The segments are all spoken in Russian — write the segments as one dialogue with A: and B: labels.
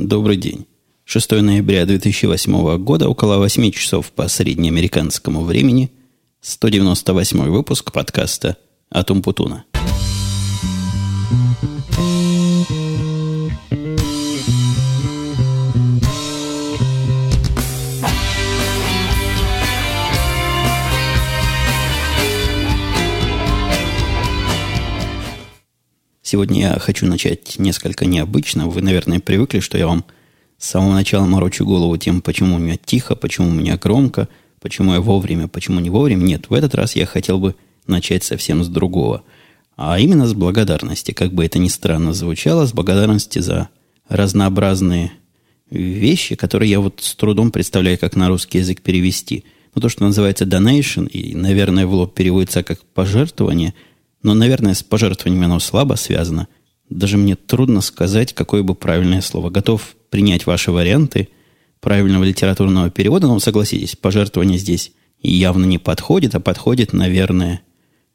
A: Добрый день. 6 ноября 2008 года, около 8 часов по среднеамериканскому времени, 198 выпуск подкаста «От Умпутуна». Сегодня я хочу начать несколько необычно. Вы, наверное, привыкли, что я вам с самого начала морочу голову тем, почему у меня тихо, почему у меня громко, почему я вовремя, почему не вовремя. Нет, в этот раз я хотел бы начать совсем с другого. А именно с благодарности. Как бы это ни странно звучало, с благодарности за разнообразные вещи, которые я вот с трудом представляю, как на русский язык перевести. Ну, то, что называется donation, и, наверное, в лоб переводится как пожертвование – но, наверное, с пожертвованием оно слабо связано. Даже мне трудно сказать, какое бы правильное слово. Готов принять ваши варианты правильного литературного перевода, но согласитесь, пожертвование здесь явно не подходит, а подходит, наверное,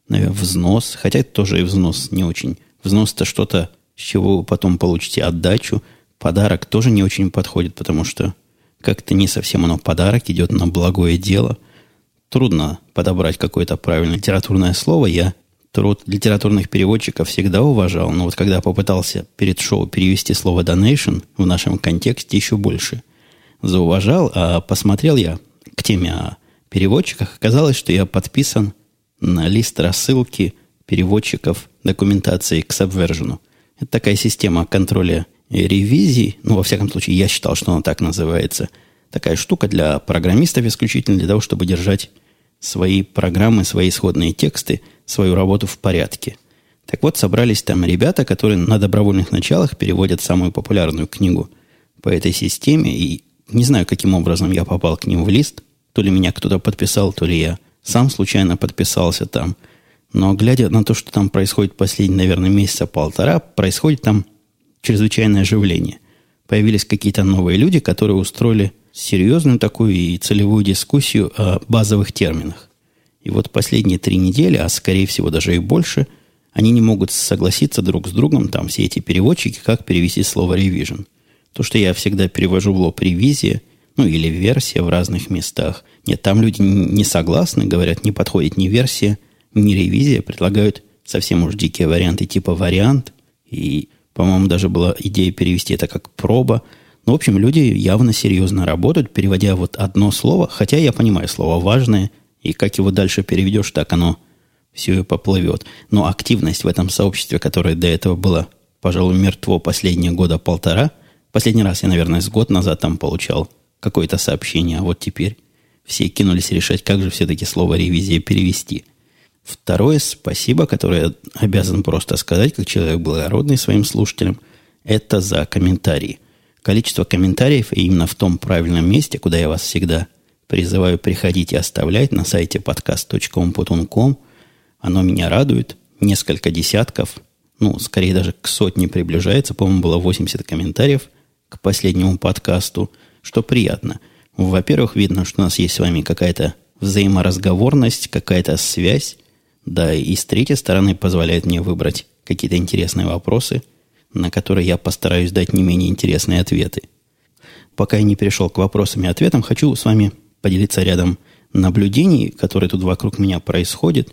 A: взнос. Хотя это тоже и взнос не очень. Взнос – это что-то, с чего вы потом получите отдачу. Подарок тоже не очень подходит, потому что как-то не совсем оно подарок, идет на благое дело. Трудно подобрать какое-то правильное литературное слово. Я труд литературных переводчиков всегда уважал, но вот когда попытался перед шоу перевести слово donation в нашем контексте, еще больше зауважал, а посмотрел я к теме о переводчиках, оказалось, что я подписан на лист рассылки переводчиков документации к Subversion. Это такая система контроля и ревизий, ну, во всяком случае, я считал, что она так называется. Такая штука для программистов исключительно, для того, чтобы держать свои программы, свои исходные тексты, свою работу в порядке. Так вот, собрались там ребята, которые на добровольных началах переводят самую популярную книгу по этой системе. И не знаю, каким образом я попал к ним в лист. То ли меня кто-то подписал, то ли я сам случайно подписался там. Но глядя на то, что там происходит последние, наверное, месяца полтора, происходит там чрезвычайное оживление. Появились какие-то новые люди, которые устроили серьезную такую и целевую дискуссию о базовых терминах. И вот последние 3 недели, а скорее всего даже и больше, они не могут согласиться друг с другом, там все эти переводчики, как перевести слово revision. То, что я всегда перевожу в лоб ревизия, ну или версия в разных местах. Нет, там люди не согласны, говорят, не подходит ни версия, ни ревизия, предлагают совсем уж дикие варианты типа вариант. И, по-моему, даже была идея перевести это как проба. Ну, в общем, люди явно серьезно работают, переводя вот одно слово, хотя я понимаю, слово важное, и как его дальше переведешь, так оно все и поплывет. Но активность в этом сообществе, которое до этого было, пожалуй, мертво последние года полтора, последний раз я, наверное, с год назад там получал какое-то сообщение, а вот теперь все кинулись решать, как же все-таки слово «ревизия» перевести. Второе спасибо, которое я обязан просто сказать, как человек благородный своим слушателям, это за комментарии. Количество комментариев именно в том правильном месте, куда я вас всегда призываю приходить и оставлять на сайте podcast.umputun.com. Оно меня радует. Несколько десятков, ну, скорее даже к 100 приближается. По-моему, было 80 комментариев к последнему подкасту, что приятно. Во-первых, видно, что у нас есть с вами какая-то взаиморазговорность, какая-то связь. Да, и с третьей стороны позволяет мне выбрать какие-то интересные вопросы, на которые я постараюсь дать не менее интересные ответы. Пока я не перешел к вопросам и ответам, хочу с вами поделиться рядом наблюдений, которые тут вокруг меня происходят.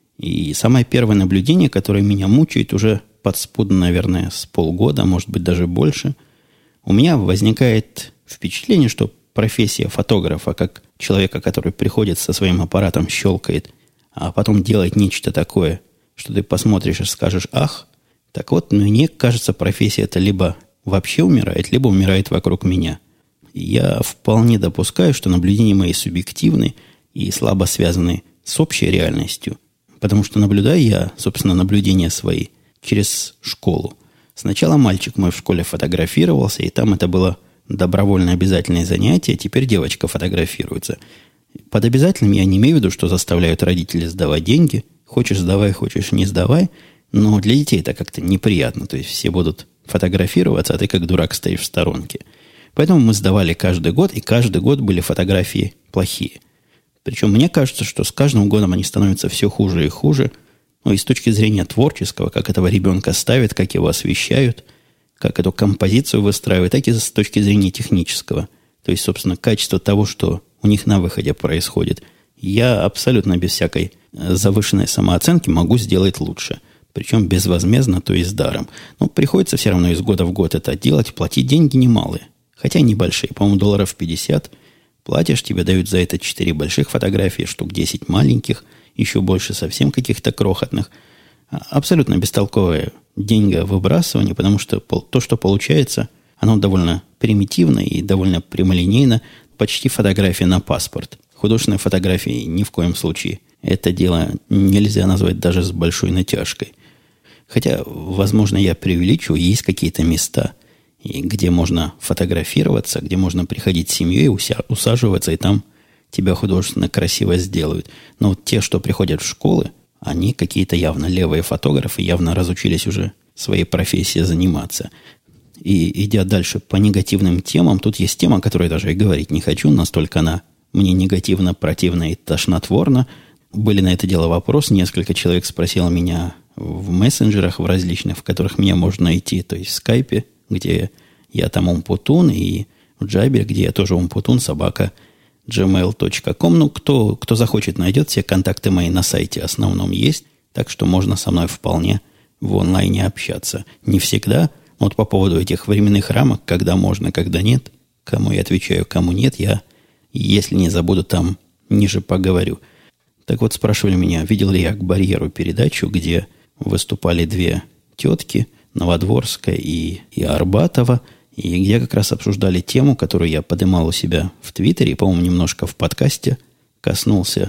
A: И самое первое наблюдение, которое меня мучает уже подспудно, наверное, с полгода, может быть, даже больше. У меня возникает впечатление, что профессия фотографа, как человека, который приходит со своим аппаратом, щелкает, а потом делает нечто такое, что ты посмотришь и скажешь «ах», так вот, мне кажется, профессия эта либо вообще умирает, либо умирает вокруг меня. Я вполне допускаю, что наблюдения мои субъективны и слабо связаны с общей реальностью, потому что наблюдаю я, собственно, наблюдения свои через школу. Сначала мальчик мой в школе фотографировался, и там это было добровольно обязательное занятие, теперь девочка фотографируется. Под обязательным я не имею в виду, что заставляют родители сдавать деньги. Хочешь – сдавай, хочешь – не сдавай. Но для детей это как-то неприятно. То есть все будут фотографироваться, а ты как дурак стоишь в сторонке. Поэтому мы сдавали каждый год, и каждый год были фотографии плохие. Причем мне кажется, что с каждым годом они становятся все хуже и хуже. Ну, и с точки зрения творческого, как этого ребенка ставят, как его освещают, как эту композицию выстраивать, так и с точки зрения технического. То есть, собственно, качество того, что у них на выходе происходит. Я абсолютно без всякой завышенной самооценки могу сделать лучше. Причем безвозмездно, то есть даром. Но приходится все равно из года в год это делать, платить деньги немалые. Хотя небольшие, по-моему, $50. Платишь, тебе дают за это 4 больших фотографии, штук 10 маленьких, еще больше совсем каких-то крохотных. Абсолютно бестолковое деньга выбрасывание, потому что то, что получается, оно довольно примитивно и довольно прямолинейно. Почти фотография на паспорт. Художественные фотографии ни в коем случае. Это дело нельзя назвать даже с большой натяжкой. Хотя, возможно, я преувеличиваю, есть какие-то места, где можно фотографироваться, где можно приходить с семьей, усаживаться, и там тебя художественно красиво сделают. Но вот те, что приходят в школы, они какие-то явно левые фотографы, явно разучились уже своей профессией заниматься. И идя дальше по негативным темам, тут есть тема, о которой даже и говорить не хочу, настолько она мне негативно, противно и тошнотворно. Были на это дело вопросы, несколько человек спросило меня в мессенджерах, в различных, в которых меня можно найти, то есть в скайпе, где я там Умпутун, и в Джабере, где я тоже Умпутун, собака gmail.com. Ну, кто захочет, найдет. Все контакты мои на сайте основном есть, так что можно со мной вполне в онлайне общаться. Не всегда. Вот по поводу этих временных рамок, когда можно, когда нет, кому я отвечаю, кому нет, я, если не забуду, там ниже поговорю. Так вот, спрашивали меня, видел ли я к барьеру передачу, где выступали 2 тетки, Новодворская и Арбатова, и где как раз обсуждали тему, которую я поднимал у себя в Твиттере, и, по-моему, немножко в подкасте коснулся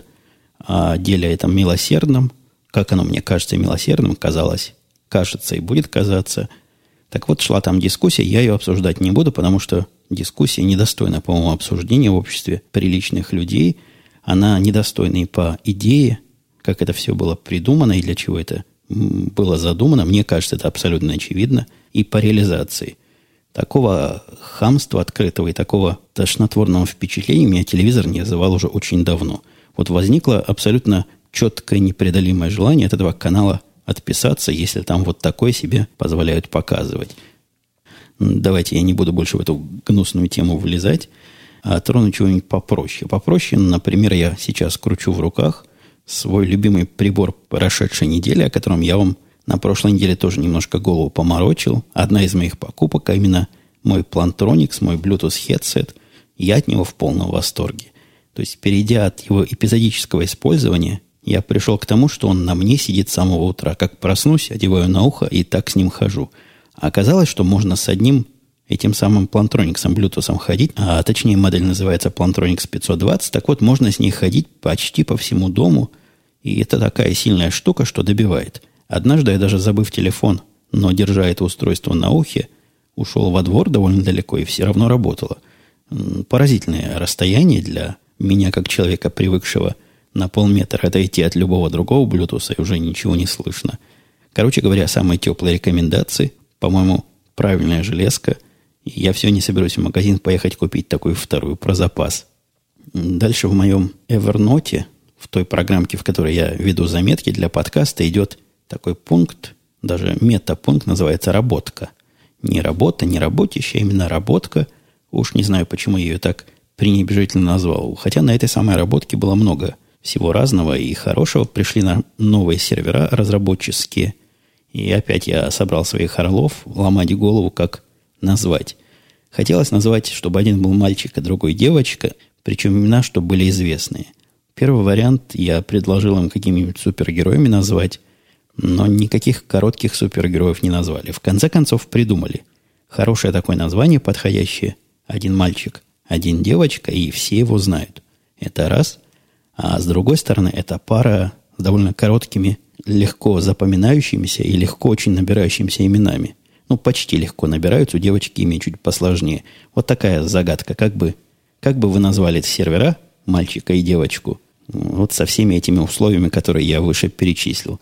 A: о деле этом милосердном, как оно мне кажется милосердным, кажется и будет казаться. Так вот, шла там дискуссия, я ее обсуждать не буду, потому что дискуссия недостойна, по-моему, обсуждения в обществе приличных людей. Она недостойна и по идее, как это все было придумано и для чего это было задумано. Мне кажется, это абсолютно очевидно. И по реализации. Такого хамства открытого и такого тошнотворного впечатления меня телевизор не вызывал уже очень давно. Вот возникло абсолютно четкое непреодолимое желание от этого канала отписаться, если там вот такое себе позволяют показывать. Давайте я не буду больше в эту гнусную тему влезать, а трону чего-нибудь попроще. Попроще, например, я сейчас кручу в руках свой любимый прибор прошедшей недели, о котором я вам на прошлой неделе тоже немножко голову поморочил. Одна из моих покупок, а именно мой Plantronics, мой Bluetooth headset, я от него в полном восторге. То есть, перейдя от его эпизодического использования, я пришел к тому, что он на мне сидит с самого утра. Как проснусь, одеваю на ухо и так с ним хожу. А оказалось, что можно с одним этим самым Plantronics, Bluetooth ходить, а точнее модель называется Plantronics 520, так вот, можно с ней ходить почти по всему дому, и это такая сильная штука, что добивает. Однажды я даже, забыв телефон, но держа это устройство на ухе, ушел во двор довольно далеко и все равно работало. Поразительное расстояние для меня, как человека, привыкшего на полметра отойти от любого другого Bluetooth, и уже ничего не слышно. Короче говоря, самые теплые рекомендации, по-моему, правильная железка. И я все не соберусь в магазин поехать купить такую вторую про запас. Дальше в моем Evernote, в той программке, в которой я веду заметки для подкаста, идет такой пункт, даже метапункт, называется «Работка». Не работа, не работища, а именно «Работка». Уж не знаю, почему я ее так пренебрежительно назвал. Хотя на этой самой работке было много всего разного и хорошего. Пришли на новые сервера разработческие. И опять я собрал своих орлов ломать голову, как назвать. Хотелось назвать, чтобы один был мальчик, а другой девочка, причем имена, чтобы были известные. Первый вариант я предложил им какими-нибудь супергероями назвать, но никаких коротких супергероев не назвали. В конце концов придумали. Хорошее такое название, подходящее. Один мальчик, один девочка, и все его знают. Это раз. А с другой стороны, это пара с довольно короткими, легко запоминающимися и легко очень набирающимися именами. Ну, почти легко набираются, у девочки имя чуть посложнее. Вот такая загадка. Как бы вы назвали сервера, мальчика и девочку, вот со всеми этими условиями, которые я выше перечислил.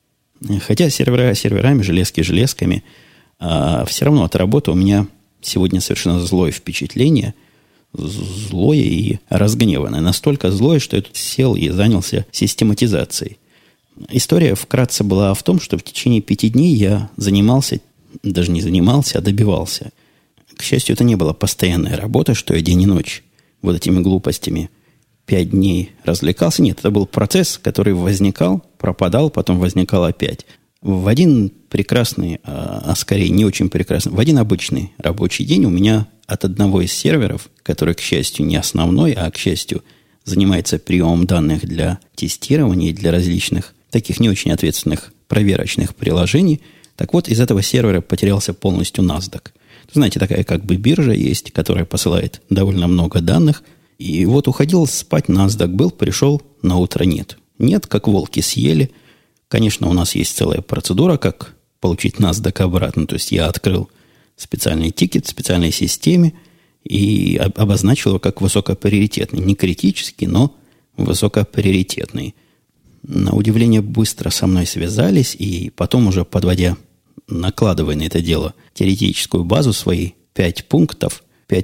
A: Хотя сервера серверами, железки железками, а все равно от работы у меня сегодня совершенно злое впечатление, злое и разгневанное. Настолько злое, что я тут сел и занялся систематизацией. История вкратце была в том, что в течение 5 дней я занимался даже не занимался, а добивался. К счастью, это не была постоянная работа, что я день и ночь вот этими глупостями 5 дней развлекался. Нет, это был процесс, который возникал, пропадал, потом возникал опять. В один прекрасный, скорее не очень прекрасный, в один обычный рабочий день у меня от одного из серверов, который, к счастью, не основной, а, к счастью, занимается приемом данных для тестирования и для различных таких не очень ответственных проверочных приложений, так вот, из этого сервера потерялся полностью NASDAQ. Знаете, такая как бы биржа есть, которая посылает довольно много данных. И вот уходил спать, NASDAQ был, пришел, на утро нет. Нет, как волки съели. Конечно, у нас есть целая процедура, как получить NASDAQ обратно. То есть я открыл специальный тикет в специальной системе и обозначил его как высокоприоритетный. Не критический, но высокоприоритетный. На удивление быстро со мной связались, и потом уже подводя, накладывая на это дело теоретическую базу своей, 5 пунктов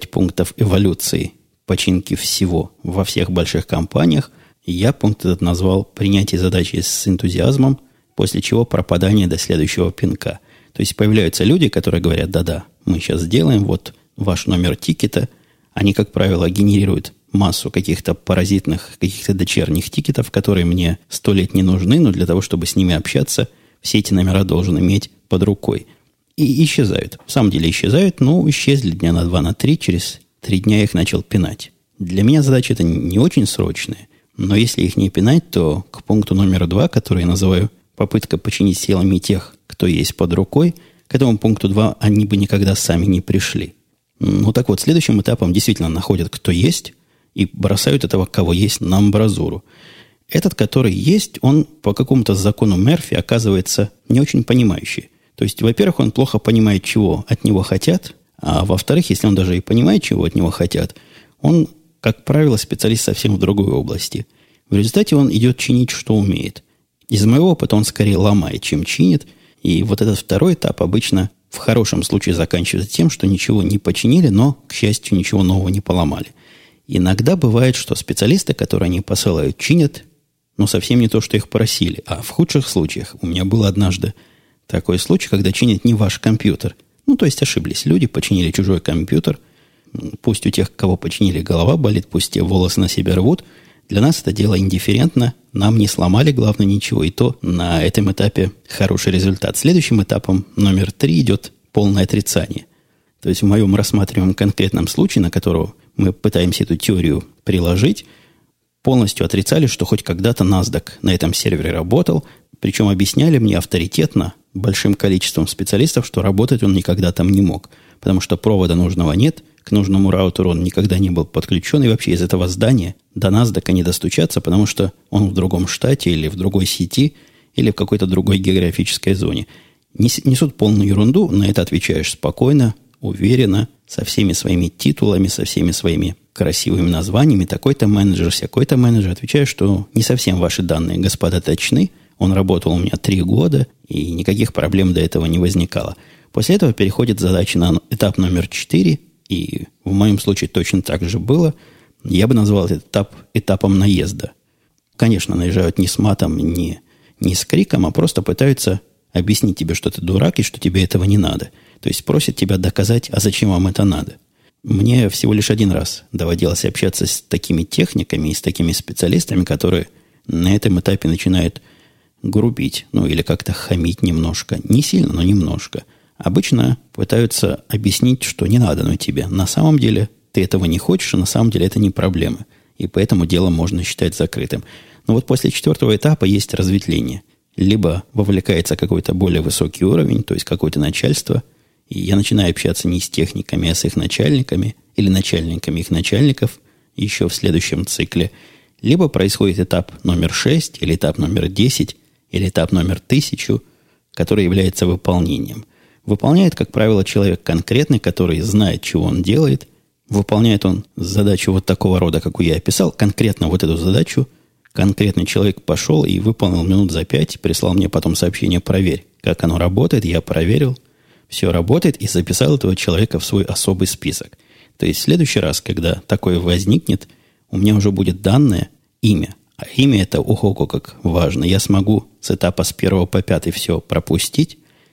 A: эволюции починки всего во всех больших компаниях, я пункт этот назвал «принятие задачи с энтузиазмом», после чего пропадание до следующего пинка. То есть появляются люди, которые говорят: да-да, мы сейчас сделаем, вот ваш номер тикета. Они, как правило, генерируют массу каких-то паразитных, каких-то дочерних тикетов, которые мне 100 лет не нужны, но для того, чтобы с ними общаться, все эти номера должен иметь под рукой. И исчезают. В самом деле исчезают, но исчезли дня на 2, на 3, через 3 дня я их начал пинать. Для меня задача это не очень срочная, но если их не пинать, то к пункту номер 2, который я называю попытка починить силами тех, кто есть под рукой, к этому пункту 2 они бы никогда сами не пришли. Ну так вот, следующим этапом действительно находят, кто есть, и бросают этого, кого есть, на амбразуру. Этот, который есть, он по какому-то закону Мерфи оказывается не очень понимающий. То есть, во-первых, он плохо понимает, чего от него хотят, а во-вторых, если он даже и понимает, чего от него хотят, он, как правило, специалист совсем в другой области. В результате он идет чинить, что умеет. Из моего опыта он скорее ломает, чем чинит. И вот этот второй этап обычно в хорошем случае заканчивается тем, что ничего не починили, но, к счастью, ничего нового не поломали. Иногда бывает, что специалисты, которые они посылают, чинят, но совсем не то, что их просили. А в худших случаях, у меня был однажды такой случай, когда чинят не ваш компьютер. Ну, то есть ошиблись люди, починили чужой компьютер. Пусть у тех, кого починили, голова болит, пусть те волосы на себя рвут. Для нас это дело индифферентно. Нам не сломали, главное, ничего. И то на этом этапе хороший результат. Следующим этапом номер 3 идет полное отрицание. То есть в моем рассматриваемом конкретном случае, на которого мы пытаемся эту теорию приложить, полностью отрицали, что хоть когда-то NASDAQ на этом сервере работал. Причем объясняли мне авторитетно, большим количеством специалистов, что работать он никогда там не мог. Потому что провода нужного нет, к нужному раутеру он никогда не был подключен. И вообще из этого здания до NASDAQ не достучаться, потому что он в другом штате или в другой сети, или в какой-то другой географической зоне. Несут полную ерунду, на это отвечаешь спокойно, уверенно, со всеми своими титулами, со всеми своими красивыми названиями. Такой-то менеджер, сякой-то менеджер. Отвечаю, что не совсем ваши данные, господа, точны. Он работал у меня 3 года, и никаких проблем до этого не возникало. После этого переходит задача на этап номер 4, и в моем случае точно так же было. Я бы назвал этот этап этапом наезда. Конечно, наезжают не с матом, не с криком, а просто пытаются объяснить тебе, что ты дурак и что тебе этого не надо. То есть просят тебя доказать, а зачем вам это надо. Мне всего лишь один раз доводилось общаться с такими техниками и с такими специалистами, которые на этом этапе начинают грубить, ну или как-то хамить немножко. Не сильно, но немножко. Обычно пытаются объяснить, что не надо оно тебе. На самом деле ты этого не хочешь, и на самом деле это не проблема. И поэтому дело можно считать закрытым. Но вот после 4-го этапа есть разветвление. Либо вовлекается какой-то более высокий уровень, то есть какое-то начальство, и я начинаю общаться не с техниками, а с их начальниками, или начальниками их начальников еще в следующем цикле. Либо происходит этап номер 6, или этап номер 10, или этап номер 1000, который является выполнением. Выполняет, как правило, человек конкретный, который знает, чего он делает. Выполняет он задачу вот такого рода, какую я описал, конкретно вот эту задачу. Конкретный человек пошел и выполнил минут за 5, прислал мне потом сообщение: проверь, как оно работает. Я проверил, все работает, и записал этого человека в свой особый список. То есть в следующий раз, когда такое возникнет, у меня уже будет данное имя. А имя это, ого-го, как важно. Я смогу с этапа с 1 по 5 все пропустить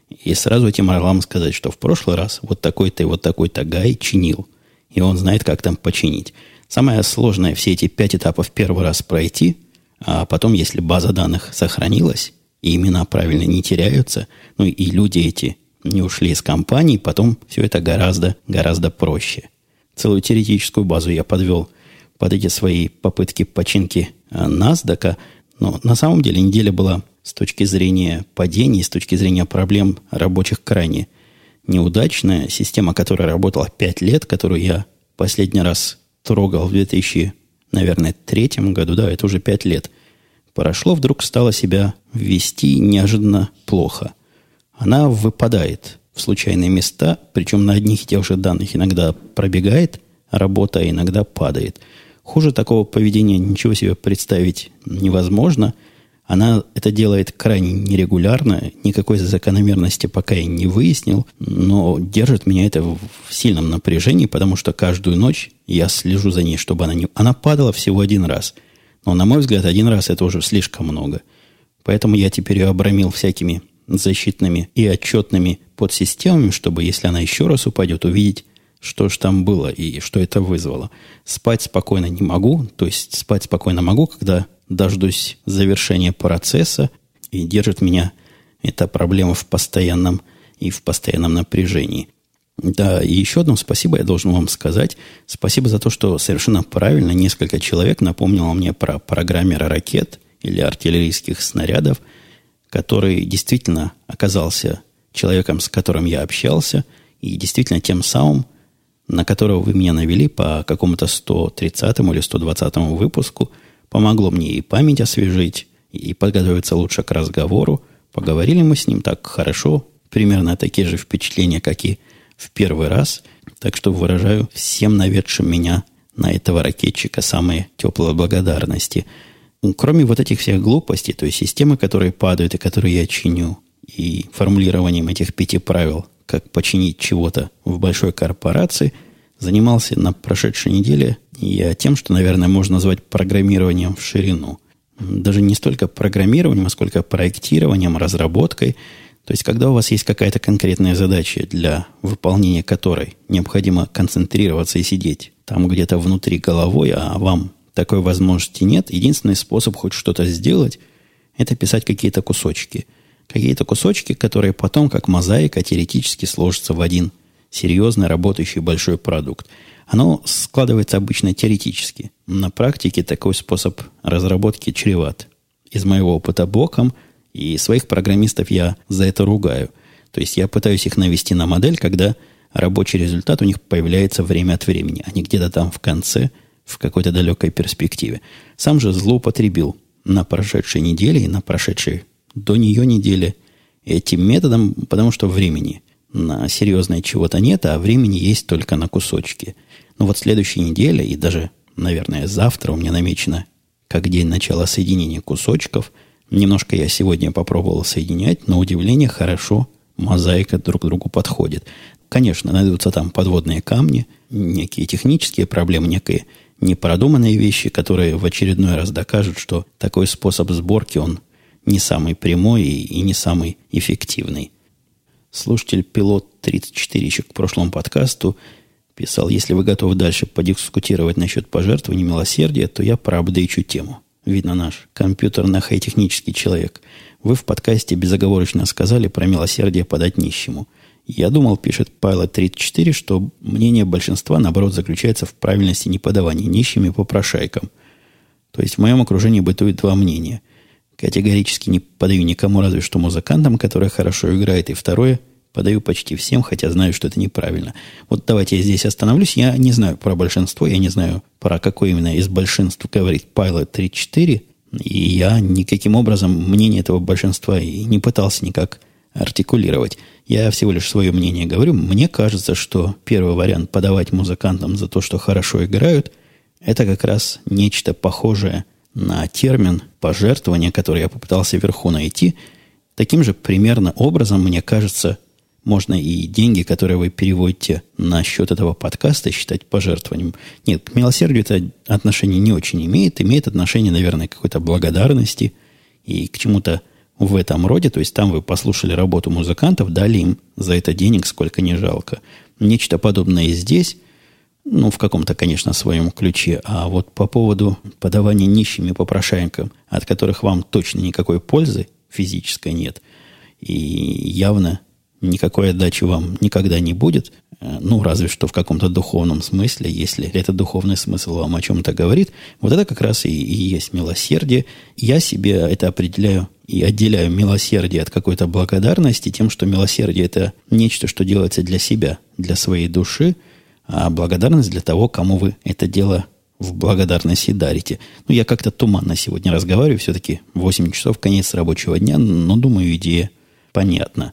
A: и сразу этим орлам сказать, что в прошлый раз вот такой-то и вот такой-то Гай чинил, и он знает, как там починить. Самое сложное все эти 5 этапов первый раз пройти, а потом, если база данных сохранилась, и имена правильно не теряются, ну и люди эти не ушли из компании, потом все это гораздо проще. Целую теоретическую базу я подвел под эти свои попытки починки NASDAQ, но на самом деле неделя была с точки зрения падений, с точки зрения проблем рабочих крайне неудачная. Система, которая работала 5 лет, которую я последний раз трогал в 2003 году, да, это уже 5 лет прошло, вдруг стала себя вести неожиданно плохо. Она выпадает в случайные места, причем на одних и тех же данных иногда пробегает работа, а иногда падает. Хуже такого поведения ничего себе представить невозможно. Она это делает крайне нерегулярно, никакой закономерности пока я не выяснил, но держит меня это в сильном напряжении, потому что каждую ночь я слежу за ней, чтобы она падала всего один раз. Но, на мой взгляд, один раз это уже слишком много. Поэтому я теперь ее обрамил всякими защитными и отчетными подсистемами, чтобы, если она еще раз упадет, увидеть, что же там было и что это вызвало. Спать спокойно не могу, то есть спать спокойно могу, когда дождусь завершения процесса, и держит меня эта проблема в постоянном напряжении. Да, и еще одно спасибо я должен вам сказать. Спасибо за то, что совершенно правильно несколько человек напомнило мне про программера ракет или артиллерийских снарядов, который действительно оказался человеком, с которым я общался, и действительно тем самым, на которого вы меня навели по какому-то 130 или 120 выпуску, помогло мне и память освежить, и подготовиться лучше к разговору. Поговорили мы с ним так хорошо, примерно такие же впечатления, как и в первый раз. Так что выражаю всем наведшим меня на этого ракетчика самые теплые благодарности. Кроме вот этих всех глупостей, то есть системы, которые падают и которые я чиню, и формулированием этих 5 правил, как починить чего-то в большой корпорации, занимался на прошедшей неделе я тем, что, наверное, можно назвать программированием в ширину. Даже не столько программированием, а сколько проектированием, разработкой. То есть, когда у вас есть какая-то конкретная задача, для выполнения которой необходимо концентрироваться и сидеть там где-то внутри головой, а вам такой возможности нет, единственный способ хоть что-то сделать, это писать какие-то кусочки. Какие-то кусочки, которые потом, как мозаика, теоретически сложатся в один серьезный, работающий большой продукт. Оно складывается обычно теоретически. На практике такой способ разработки чреват. Из моего опыта боком, и своих программистов я за это ругаю. То есть я пытаюсь их навести на модель, когда рабочий результат у них появляется время от времени, а не где-то там в конце, в какой-то далекой перспективе. Сам же злоупотребил на прошедшей неделе и на прошедшей до нее неделе этим методом, потому что времени на серьезное чего-то нет, а времени есть только на кусочки. Но вот следующей неделе и даже, наверное, завтра у меня намечено как день начала соединения кусочков. Немножко я сегодня попробовал соединять, на удивление хорошо мозаика друг к другу подходит. Конечно, найдутся там подводные камни, некие технические проблемы, некие непродуманные вещи, которые в очередной раз докажут, что такой способ сборки, он не самый прямой и не самый эффективный. Слушатель Пилот 34 еще к прошлому подкасту писал: если вы готовы дальше подискутировать насчет пожертвований милосердия, то я проапдейчу тему. Видно, наш компьютерно-хай-технический человек. Вы в подкасте безоговорочно сказали про милосердие подать нищему. Я думал, пишет Пайлот 34, что мнение большинства, наоборот, заключается в правильности неподавания нищим и попрошайкам. То есть в моем окружении бытует 2 мнения. Категорически не подаю никому, разве что музыкантам, которые хорошо играют. И второе, подаю почти всем, хотя знаю, что это неправильно. Вот давайте я здесь остановлюсь. Я не знаю про большинство, я не знаю, про какое именно из большинств говорит Пайлот 34. И я никаким образом мнение этого большинства и не пытался никак артикулировать. Я всего лишь свое мнение говорю. Мне кажется, что первый вариант подавать музыкантам за то, что хорошо играют, это как раз нечто похожее на термин пожертвования, который я попытался вверху найти. Таким же примерно образом, мне кажется, можно и деньги, которые вы переводите на счет этого подкаста, считать пожертвованием. Нет, к милосердию это отношение не очень имеет. Имеет отношение, наверное, к какой-то благодарности и к чему-то в этом роде, то есть там вы послушали работу музыкантов, дали им за это денег, сколько не жалко. Нечто подобное и здесь, ну, в каком-то, конечно, своем ключе. А вот по поводу подавания нищим и попрошайкам, от которых вам точно никакой пользы физической нет, и явно никакой отдачи вам никогда не будет, ну, разве что в каком-то духовном смысле, если этот духовный смысл вам о чем-то говорит, вот это как раз и есть милосердие. Я себе это определяю и отделяю милосердие от какой-то благодарности тем, что милосердие – это нечто, что делается для себя, для своей души, а благодарность для того, кому вы это дело в благодарности дарите. Ну, я как-то туманно сегодня разговариваю, все-таки 8 часов, конец рабочего дня, но, думаю, идея понятна.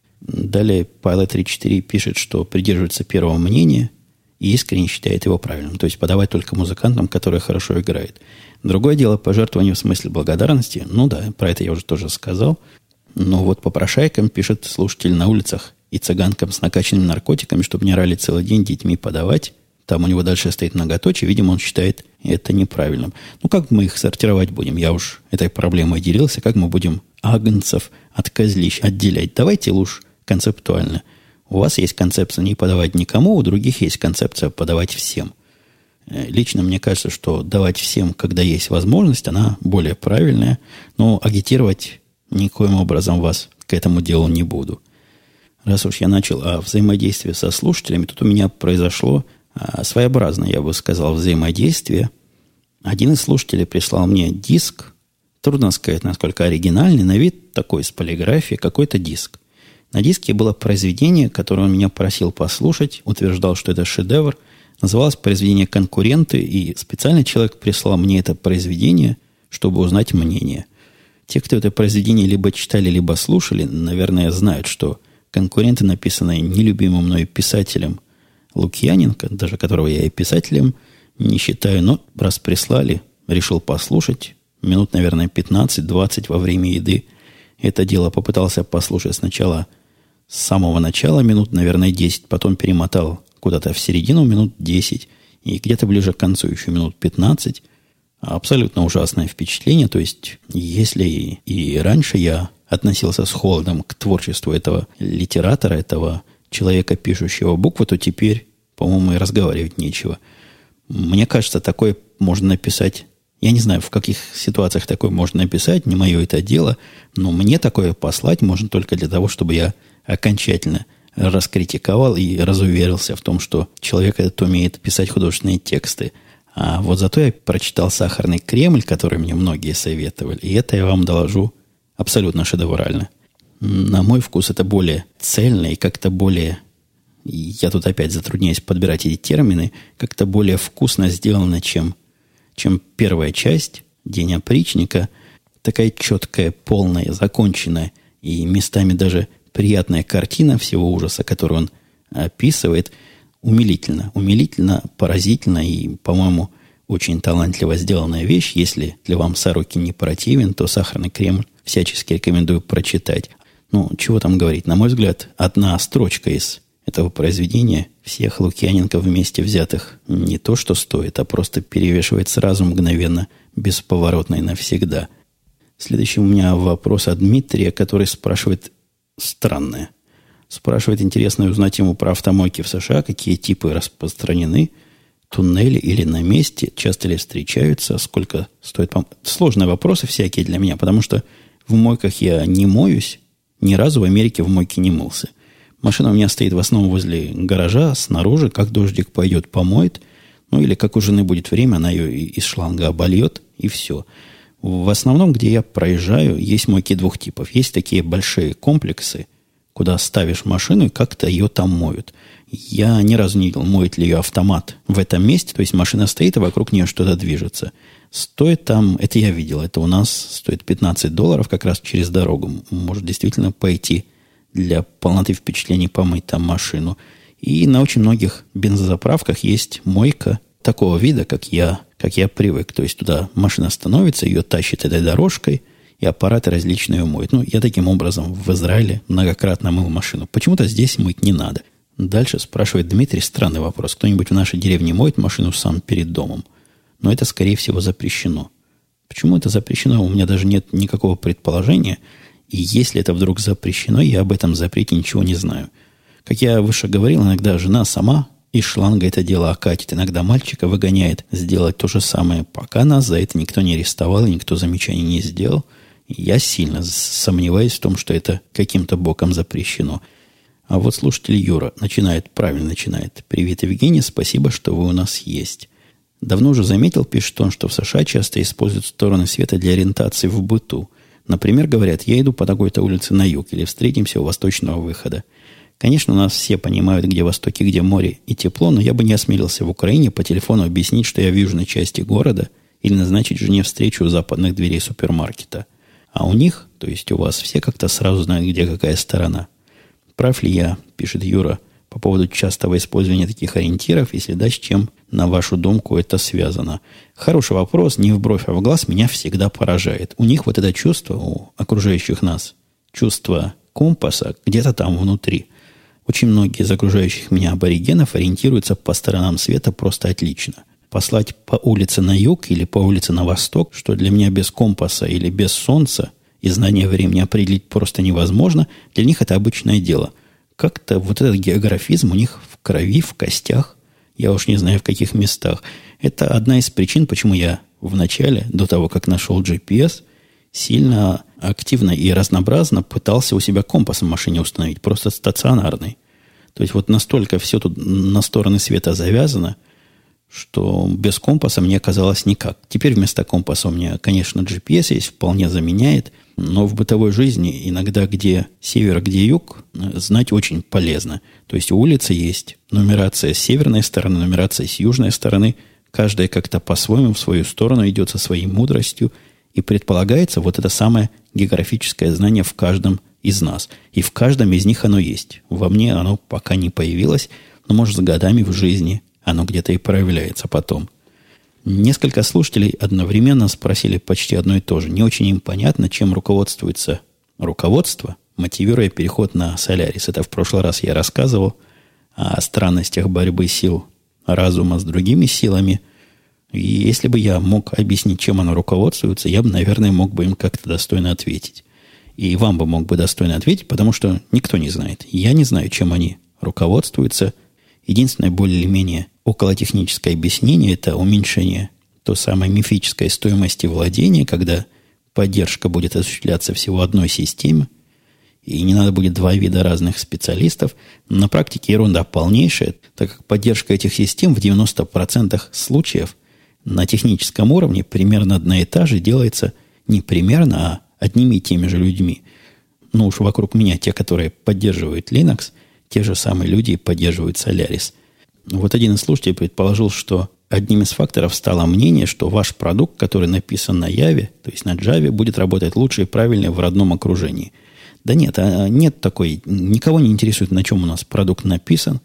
A: Далее Павел 3.4 пишет, что придерживается первого мнения и искренне считает его правильным. То есть подавать только музыкантам, которые хорошо играют. Другое дело пожертвование в смысле благодарности. Ну да, про это я уже тоже сказал. Но вот попрошайкам, пишет слушатель, на улицах и цыганкам с накачанными наркотиками, чтобы не орали целый день, детьми подавать. Там у него дальше стоит многоточие. Видимо, он считает это неправильным. Ну, как мы их сортировать будем? Я уж этой проблемой делился. Как мы будем агнцев от козлищ отделять? Давайте лучше концептуально. У вас есть концепция не подавать никому, у других есть концепция подавать всем. Лично мне кажется, что давать всем, когда есть возможность, она более правильная, но агитировать никоим образом вас к этому делу не буду. Раз уж я начал о взаимодействии со слушателями, тут у меня произошло своеобразное, я бы сказал, взаимодействие. Один из слушателей прислал мне диск, трудно сказать, насколько оригинальный, на вид такой с полиграфией, какой-то диск. На диске было произведение, которое он меня просил послушать, утверждал, что это шедевр. Называлось произведение «Конкуренты», и специально человек прислал мне это произведение, чтобы узнать мнение. Те, кто это произведение либо читали, либо слушали, наверное, знают, что «Конкуренты», написанные нелюбимым мной писателем Лукьяненко, даже которого я и писателем не считаю, но раз прислали, решил послушать. Минут, наверное, 15-20 во время еды. Это дело попытался послушать сначала с самого начала, минут, наверное, 10, потом перемотал куда-то в середину, минут 10, и где-то ближе к концу еще минут 15. Абсолютно ужасное впечатление. То есть, если и раньше я относился с холодом к творчеству этого литератора, этого человека, пишущего буквы, то теперь, по-моему, и разговаривать нечего. Мне кажется, такое можно написать. Я не знаю, в каких ситуациях такое можно написать, не мое это дело, но мне такое послать можно только для того, чтобы я окончательно раскритиковал и разуверился в том, что человек этот умеет писать художественные тексты. А вот зато я прочитал «Сахарный Кремль», который мне многие советовали, и это я вам доложу абсолютно шедеврально. На мой вкус это более цельно и как-то более... Я тут опять затрудняюсь подбирать эти термины. Как-то более вкусно сделано, чем первая часть «День опричника». Такая четкая, полная, законченная и местами даже приятная картина всего ужаса, которую он описывает. Умилительно, поразительно и, по-моему, очень талантливо сделанная вещь. Если для вам Сорокин не противен, то «Сахарный Кремль» всячески рекомендую прочитать. Ну, чего там говорить. На мой взгляд, одна строчка из этого произведения всех Лукьяненков вместе взятых не то что стоит, а просто перевешивает сразу мгновенно, бесповоротно и навсегда. Следующий у меня вопрос от Дмитрия, который спрашивает странное. Спрашивает, интересно узнать ему про автомойки в США, какие типы распространены, туннели или на месте, часто ли встречаются, сколько стоит. Сложные вопросы всякие для меня, потому что в мойках я не моюсь, ни разу в Америке в мойке не мылся. Машина у меня стоит в основном возле гаража, снаружи, как дождик пойдет, помоет. Ну, или как у жены будет время, она ее из шланга обольет, и все. В основном, где я проезжаю, есть мойки двух типов. Есть такие большие комплексы, куда ставишь машину, и как-то ее там моют. Я ни разу не видел, моет ли ее автомат в этом месте. То есть машина стоит, а вокруг нее что-то движется. Стоит там, это я видел, это у нас стоит $15, как раз через дорогу. Может действительно пойти для полноты впечатлений помыть там машину. И на очень многих бензозаправках есть мойка такого вида, как я привык. То есть туда машина становится, ее тащит этой дорожкой, и аппараты различные ее моют. Ну, я таким образом в Израиле многократно мыл машину. Почему-то здесь мыть не надо. Дальше спрашивает Дмитрий странный вопрос. Кто-нибудь в нашей деревне моет машину сам перед домом? Но это, скорее всего, запрещено. Почему это запрещено? У меня даже нет никакого предположения. И если это вдруг запрещено, я об этом запрете ничего не знаю. Как я выше говорил, иногда жена сама из шланга это дело окатит. Иногда мальчика выгоняет сделать то же самое, пока нас за это никто не арестовал, никто замечаний не сделал. И я сильно сомневаюсь в том, что это каким-то боком запрещено. А вот слушатель Юра правильно начинает. «Привет, Евгений, спасибо, что вы у нас есть. Давно уже заметил, пишет он, что в США часто используют стороны света для ориентации в быту. Например, говорят, я иду по такой-то улице на юг или встретимся у восточного выхода. Конечно, у нас все понимают, где восток и где море и тепло, но я бы не осмелился в Украине по телефону объяснить, что я в южной части города, или назначить жене встречу у западных дверей супермаркета. А у них, то есть у вас, все как-то сразу знают, где какая сторона. Прав ли я, пишет Юра, по поводу частого использования таких ориентиров, если да, с чем на вашу думку это связано? Хороший вопрос, не в бровь, а в глаз, меня всегда поражает. У них вот это чувство, у окружающих нас, чувство компаса где-то там внутри. Очень многие из окружающих меня аборигенов ориентируются по сторонам света просто отлично. Послать по улице на юг или по улице на восток, что для меня без компаса или без солнца и знания времени определить просто невозможно, для них это обычное дело. Как-то вот этот географизм у них в крови, в костях, я уж не знаю в каких местах. Это одна из причин, почему я в начале, до того, как нашел GPS, сильно активно и разнообразно пытался у себя компас в машине установить, просто стационарный. То есть вот настолько все тут на стороны света завязано, что без компаса мне казалось никак. Теперь вместо компаса у меня, конечно, GPS есть, вполне заменяет, но в бытовой жизни иногда где север, где юг, знать очень полезно. То есть у улицы есть нумерация с северной стороны, нумерация с южной стороны, каждая как-то по-своему в свою сторону идет со своей мудростью, и предполагается вот это самое географическое знание в каждом из нас. И в каждом из них оно есть. Во мне оно пока не появилось, но, может, с годами в жизни оно где-то и проявляется потом. Несколько слушателей одновременно спросили почти одно и то же. Не очень им понятно, чем руководствуется руководство, мотивируя переход на Солярис. Это в прошлый раз я рассказывал о странностях борьбы сил разума с другими силами. И если бы я мог объяснить, чем оно руководствуется, я бы, наверное, мог бы им как-то достойно ответить. И вам бы мог бы достойно ответить, потому что никто не знает. Я не знаю, чем они руководствуются. Единственное более-менее околотехническое объяснение – это уменьшение той самой мифической стоимости владения, когда поддержка будет осуществляться всего одной системе, и не надо будет два вида разных специалистов. На практике ерунда полнейшая, так как поддержка этих систем в 90% случаев на техническом уровне примерно одна и та же делается не примерно, а одними и теми же людьми. Ну уж вокруг меня те, которые поддерживают Linux, те же самые люди и поддерживают Solaris. Вот один из слушателей предположил, что одним из факторов стало мнение, что ваш продукт, который написан на Java, то есть на Java, будет работать лучше и правильнее в родном окружении. Да нет, нет такой, никого не интересует, на чем у нас продукт написан,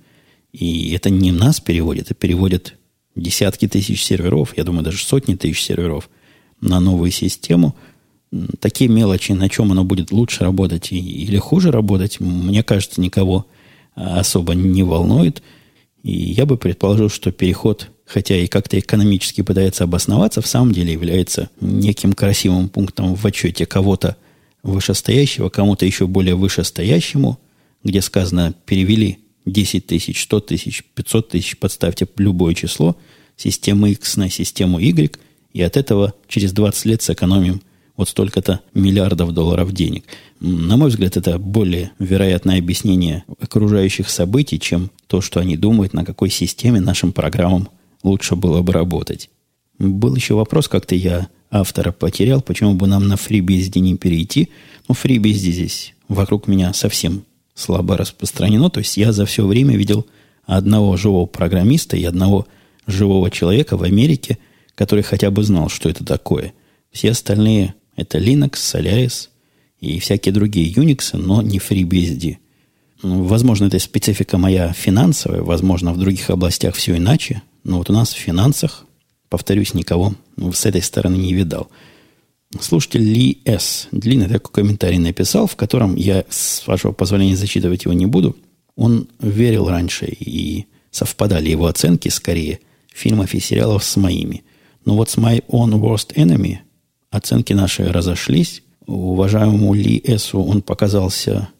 A: и это не нас переводит, это переводит десятки тысяч серверов, я думаю, даже сотни тысяч серверов на новую систему. Такие мелочи, на чем оно будет лучше работать или хуже работать, мне кажется, никого особо не волнует. И я бы предположил, что переход, хотя и как-то экономически пытается обосноваться, в самом деле является неким красивым пунктом в отчете кого-то вышестоящего, кому-то еще более вышестоящему, где сказано, перевели 10 тысяч, 100 тысяч, 500 тысяч, подставьте любое число, система X на систему Y, и от этого через 20 лет сэкономим вот столько-то миллиардов долларов денег. На мой взгляд, это более вероятное объяснение окружающих событий, чем то, что они думают, на какой системе нашим программам лучше было бы работать. Был еще вопрос, как-то я автора потерял, почему бы нам на FreeBSD не перейти. Ну, FreeBSD здесь вокруг меня совсем слабо распространено. То есть я за все время видел одного живого программиста и одного живого человека в Америке, который хотя бы знал, что это такое. Все остальные это Linux, Solaris и всякие другие Unix, но не FreeBSD. Возможно, это специфика моя финансовая, возможно, в других областях все иначе, но вот у нас в финансах, повторюсь, никого с этой стороны не видал. Слушатель Ли С. длинный такой комментарий написал, в котором я, с вашего позволения, зачитывать его не буду. Он верил раньше, и совпадали его оценки, скорее, фильмов и сериалов с моими. Но вот с My Own Worst Enemy оценки наши разошлись. уважаемому Ли Эсу он показался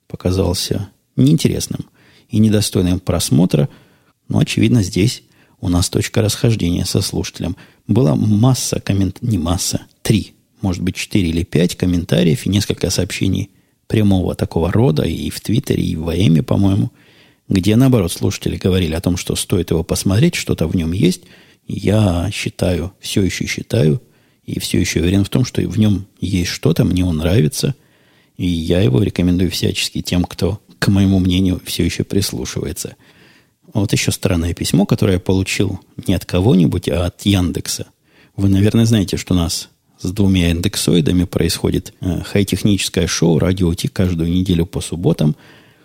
A: неинтересным и недостойным просмотра, но, очевидно, здесь у нас точка расхождения со слушателем. Была масса комментариев, не масса, 3, может быть, 4 или 5 комментариев и несколько сообщений прямого такого рода и в Твиттере, и в АЭМе, по-моему, где, наоборот, слушатели говорили о том, что стоит его посмотреть, что-то в нем есть. Я считаю, все еще считаю, и все еще уверен в том, что в нем есть что-то, мне он нравится, и я его рекомендую всячески тем, кто, к моему мнению, все еще прислушивается. Вот еще странное письмо, которое я получил не от кого-нибудь, а от Яндекса. Вы, наверное, знаете, что у нас с 2 индексоидами происходит хай-техническое шоу «Радио Ти» каждую неделю по субботам,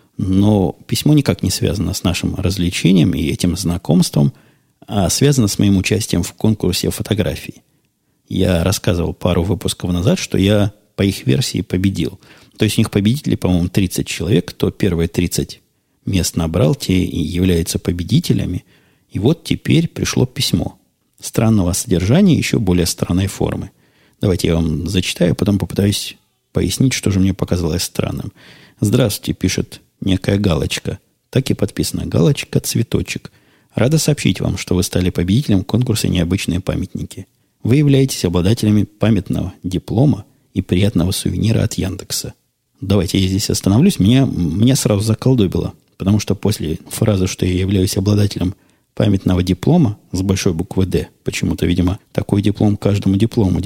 A: но письмо никак не связано с нашим развлечением и этим знакомством, а связано с моим участием в конкурсе фотографий. Я рассказывал пару выпусков назад, что я по их версии победил. То есть у них победители, по-моему, 30 человек. Кто первые 30 мест набрал, те и являются победителями. И вот теперь пришло письмо. Странного содержания, еще более странной формы. Давайте я вам зачитаю, потом попытаюсь пояснить, что же мне показалось странным. «Здравствуйте», пишет некая галочка. Так и подписано. Галочка, цветочек. «Рада сообщить вам, что вы стали победителем конкурса «Необычные памятники». Вы являетесь обладателями памятного диплома и приятного сувенира от Яндекса». Давайте я здесь остановлюсь. Меня сразу заколдобило, потому что после фразы, что я являюсь обладателем памятного диплома с большой буквы «Д», почему-то, видимо, такой диплом каждому диплом,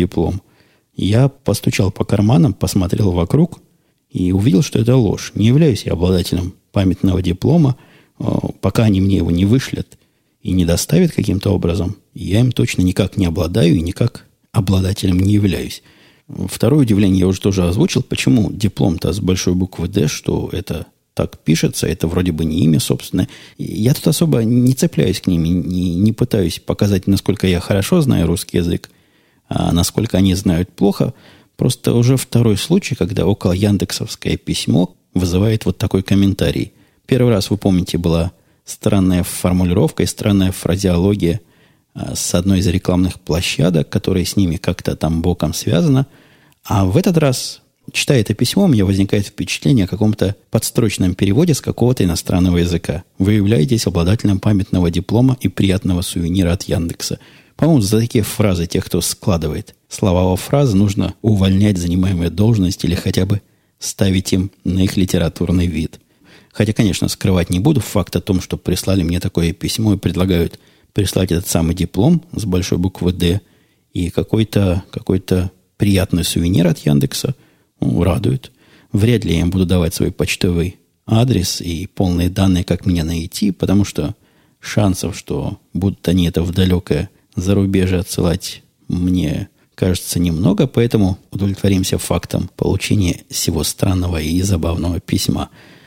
A: я постучал по карманам, посмотрел вокруг и увидел, что это ложь. Не являюсь я обладателем памятного диплома, пока они мне его не вышлят и не доставят каким-то образом, я им точно никак не обладаю и никак обладателем не являюсь. Второе удивление я уже тоже озвучил. Почему диплом-то с большой буквы «Д», что это так пишется, это вроде бы не имя собственное. Я тут особо не цепляюсь к ним, не пытаюсь показать, насколько я хорошо знаю русский язык, а насколько они знают плохо. Просто уже второй случай, когда около яндексовское письмо вызывает вот такой комментарий. Первый раз, вы помните, была странная формулировка и странная фразеология с одной из рекламных площадок, которая с ними как-то там боком связана. А в этот раз, читая это письмо, у меня возникает впечатление о каком-то подстрочном переводе с какого-то иностранного языка. Вы являетесь обладателем памятного диплома и приятного сувенира от Яндекса. По-моему, за такие фразы тех, кто складывает слова во фразы, нужно увольнять занимаемые должности или хотя бы ставить им на их литературный вид. Хотя, конечно, скрывать не буду факт о том, что прислали мне такое письмо и предлагают прислать этот самый диплом с большой буквы «Д» и какой-то приятный сувенир от Яндекса. Радует. Вряд ли я им буду давать свой почтовый адрес и полные данные, как меня найти, потому что шансов, что будут они это в далекое зарубежье отсылать, мне кажется немного, поэтому удовлетворимся фактом получения всего странного и забавного письма.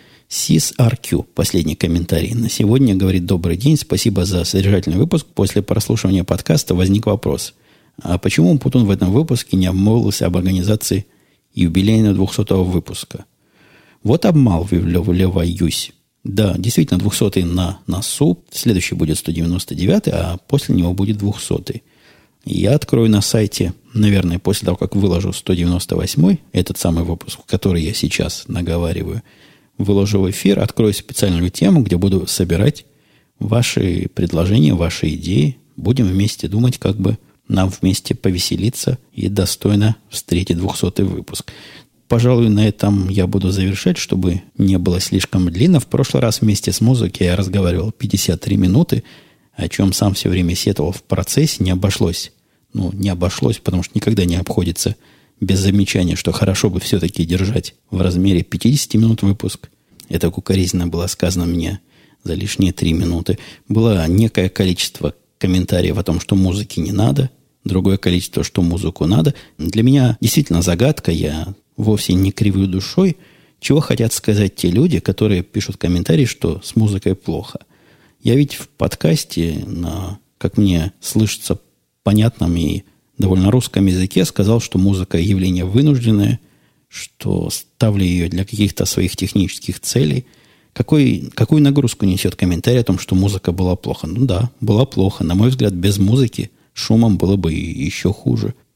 A: SysRQ, последний комментарий. На сегодня, говорит, добрый день, спасибо за содержательный выпуск. После прослушивания подкаста возник вопрос. А почему Путун в этом выпуске не обмолвился об организации юбилейного 200-го выпуска? Вот обмалвиваюсь. Да, действительно, 200-й на носу. Следующий будет 199-й, а после него будет 200-й. Я открою на сайте, наверное, после того, как выложу 198-й, этот самый выпуск, который я сейчас наговариваю, выложу в эфир, открою специальную тему, где буду собирать ваши предложения, ваши идеи. Будем вместе думать, как бы нам вместе повеселиться и достойно встретить 200-й выпуск. Пожалуй, на этом я буду завершать, чтобы не было слишком длинно. В прошлый раз вместе с музыкой я разговаривал 53 минуты, о чем сам все время сетовал в процессе. Не обошлось. Не обошлось, потому что никогда не обходится без замечания, что хорошо бы все-таки держать в размере 50 минут выпуск. Это укоризненно было сказано мне за лишние 3 минуты. Было некое количество комментариев о том, что музыки не надо, другое количество, что музыку надо. Для меня действительно загадка, я вовсе не кривлю душой, чего хотят сказать те люди, которые пишут комментарии, что с музыкой плохо. Я ведь в подкасте, как мне слышится, понятном и довольно русском языке сказал, что музыка явление вынужденное, что ставлю ее для каких-то своих технических целей. Какую нагрузку несет комментарий о том, что музыка была плохо? Да, была плохо. На мой взгляд, без музыки шумом было бы еще хуже.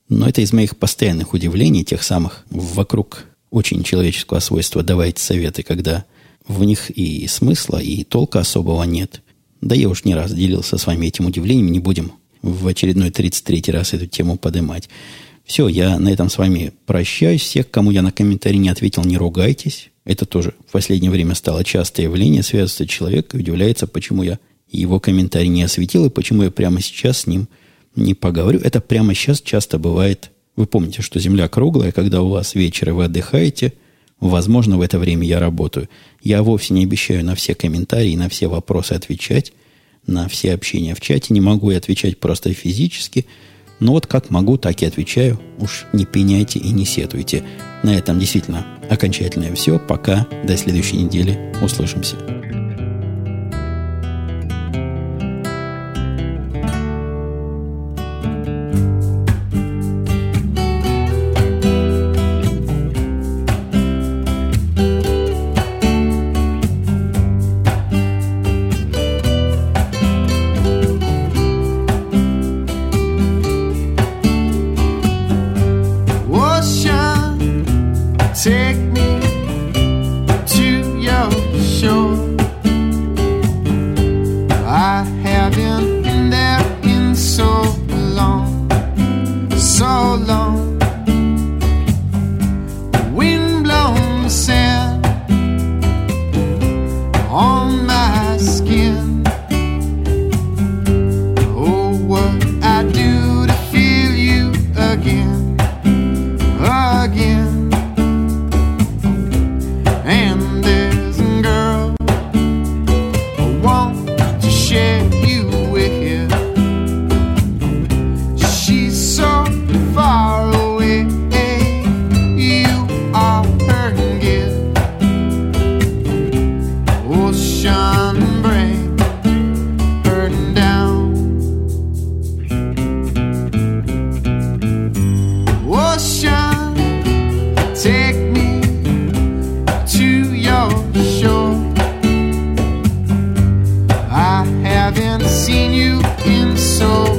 A: Но это из моих постоянных удивлений, тех самых вокруг очень человеческого свойства давать советы, когда в них и смысла, и толка особого нет. Да я уж не раз делился с вами этим удивлением, не будем в очередной 33-й раз эту тему поднимать. Все, я на этом с вами прощаюсь. Всех, кому я на комментарий не ответил, не ругайтесь. Это тоже в последнее время стало частое явление. Связывается человек и удивляется, почему я его комментарий не осветил и почему я прямо сейчас с ним не поговорю. Это прямо сейчас часто бывает. Вы помните, что Земля круглая, когда у вас вечер и вы отдыхаете, возможно, в это время я работаю. Я вовсе не обещаю на все комментарии, на все вопросы отвечать, на все общения в чате. Не могу я отвечать просто физически. Но вот как могу, так и отвечаю. Уж не пеняйте и не сетуйте. На этом действительно окончательное все. Пока. До следующей недели. Услышимся.
B: Take me to your shore. I haven't been there in so long, so long. Wind blown sand on my skin. Oh, what I do to feel you again, again. And there's a girl I want to share you with. She's so far away. You are her gift. Ocean break her down. Ocean, take me to your shore. I haven't seen you in so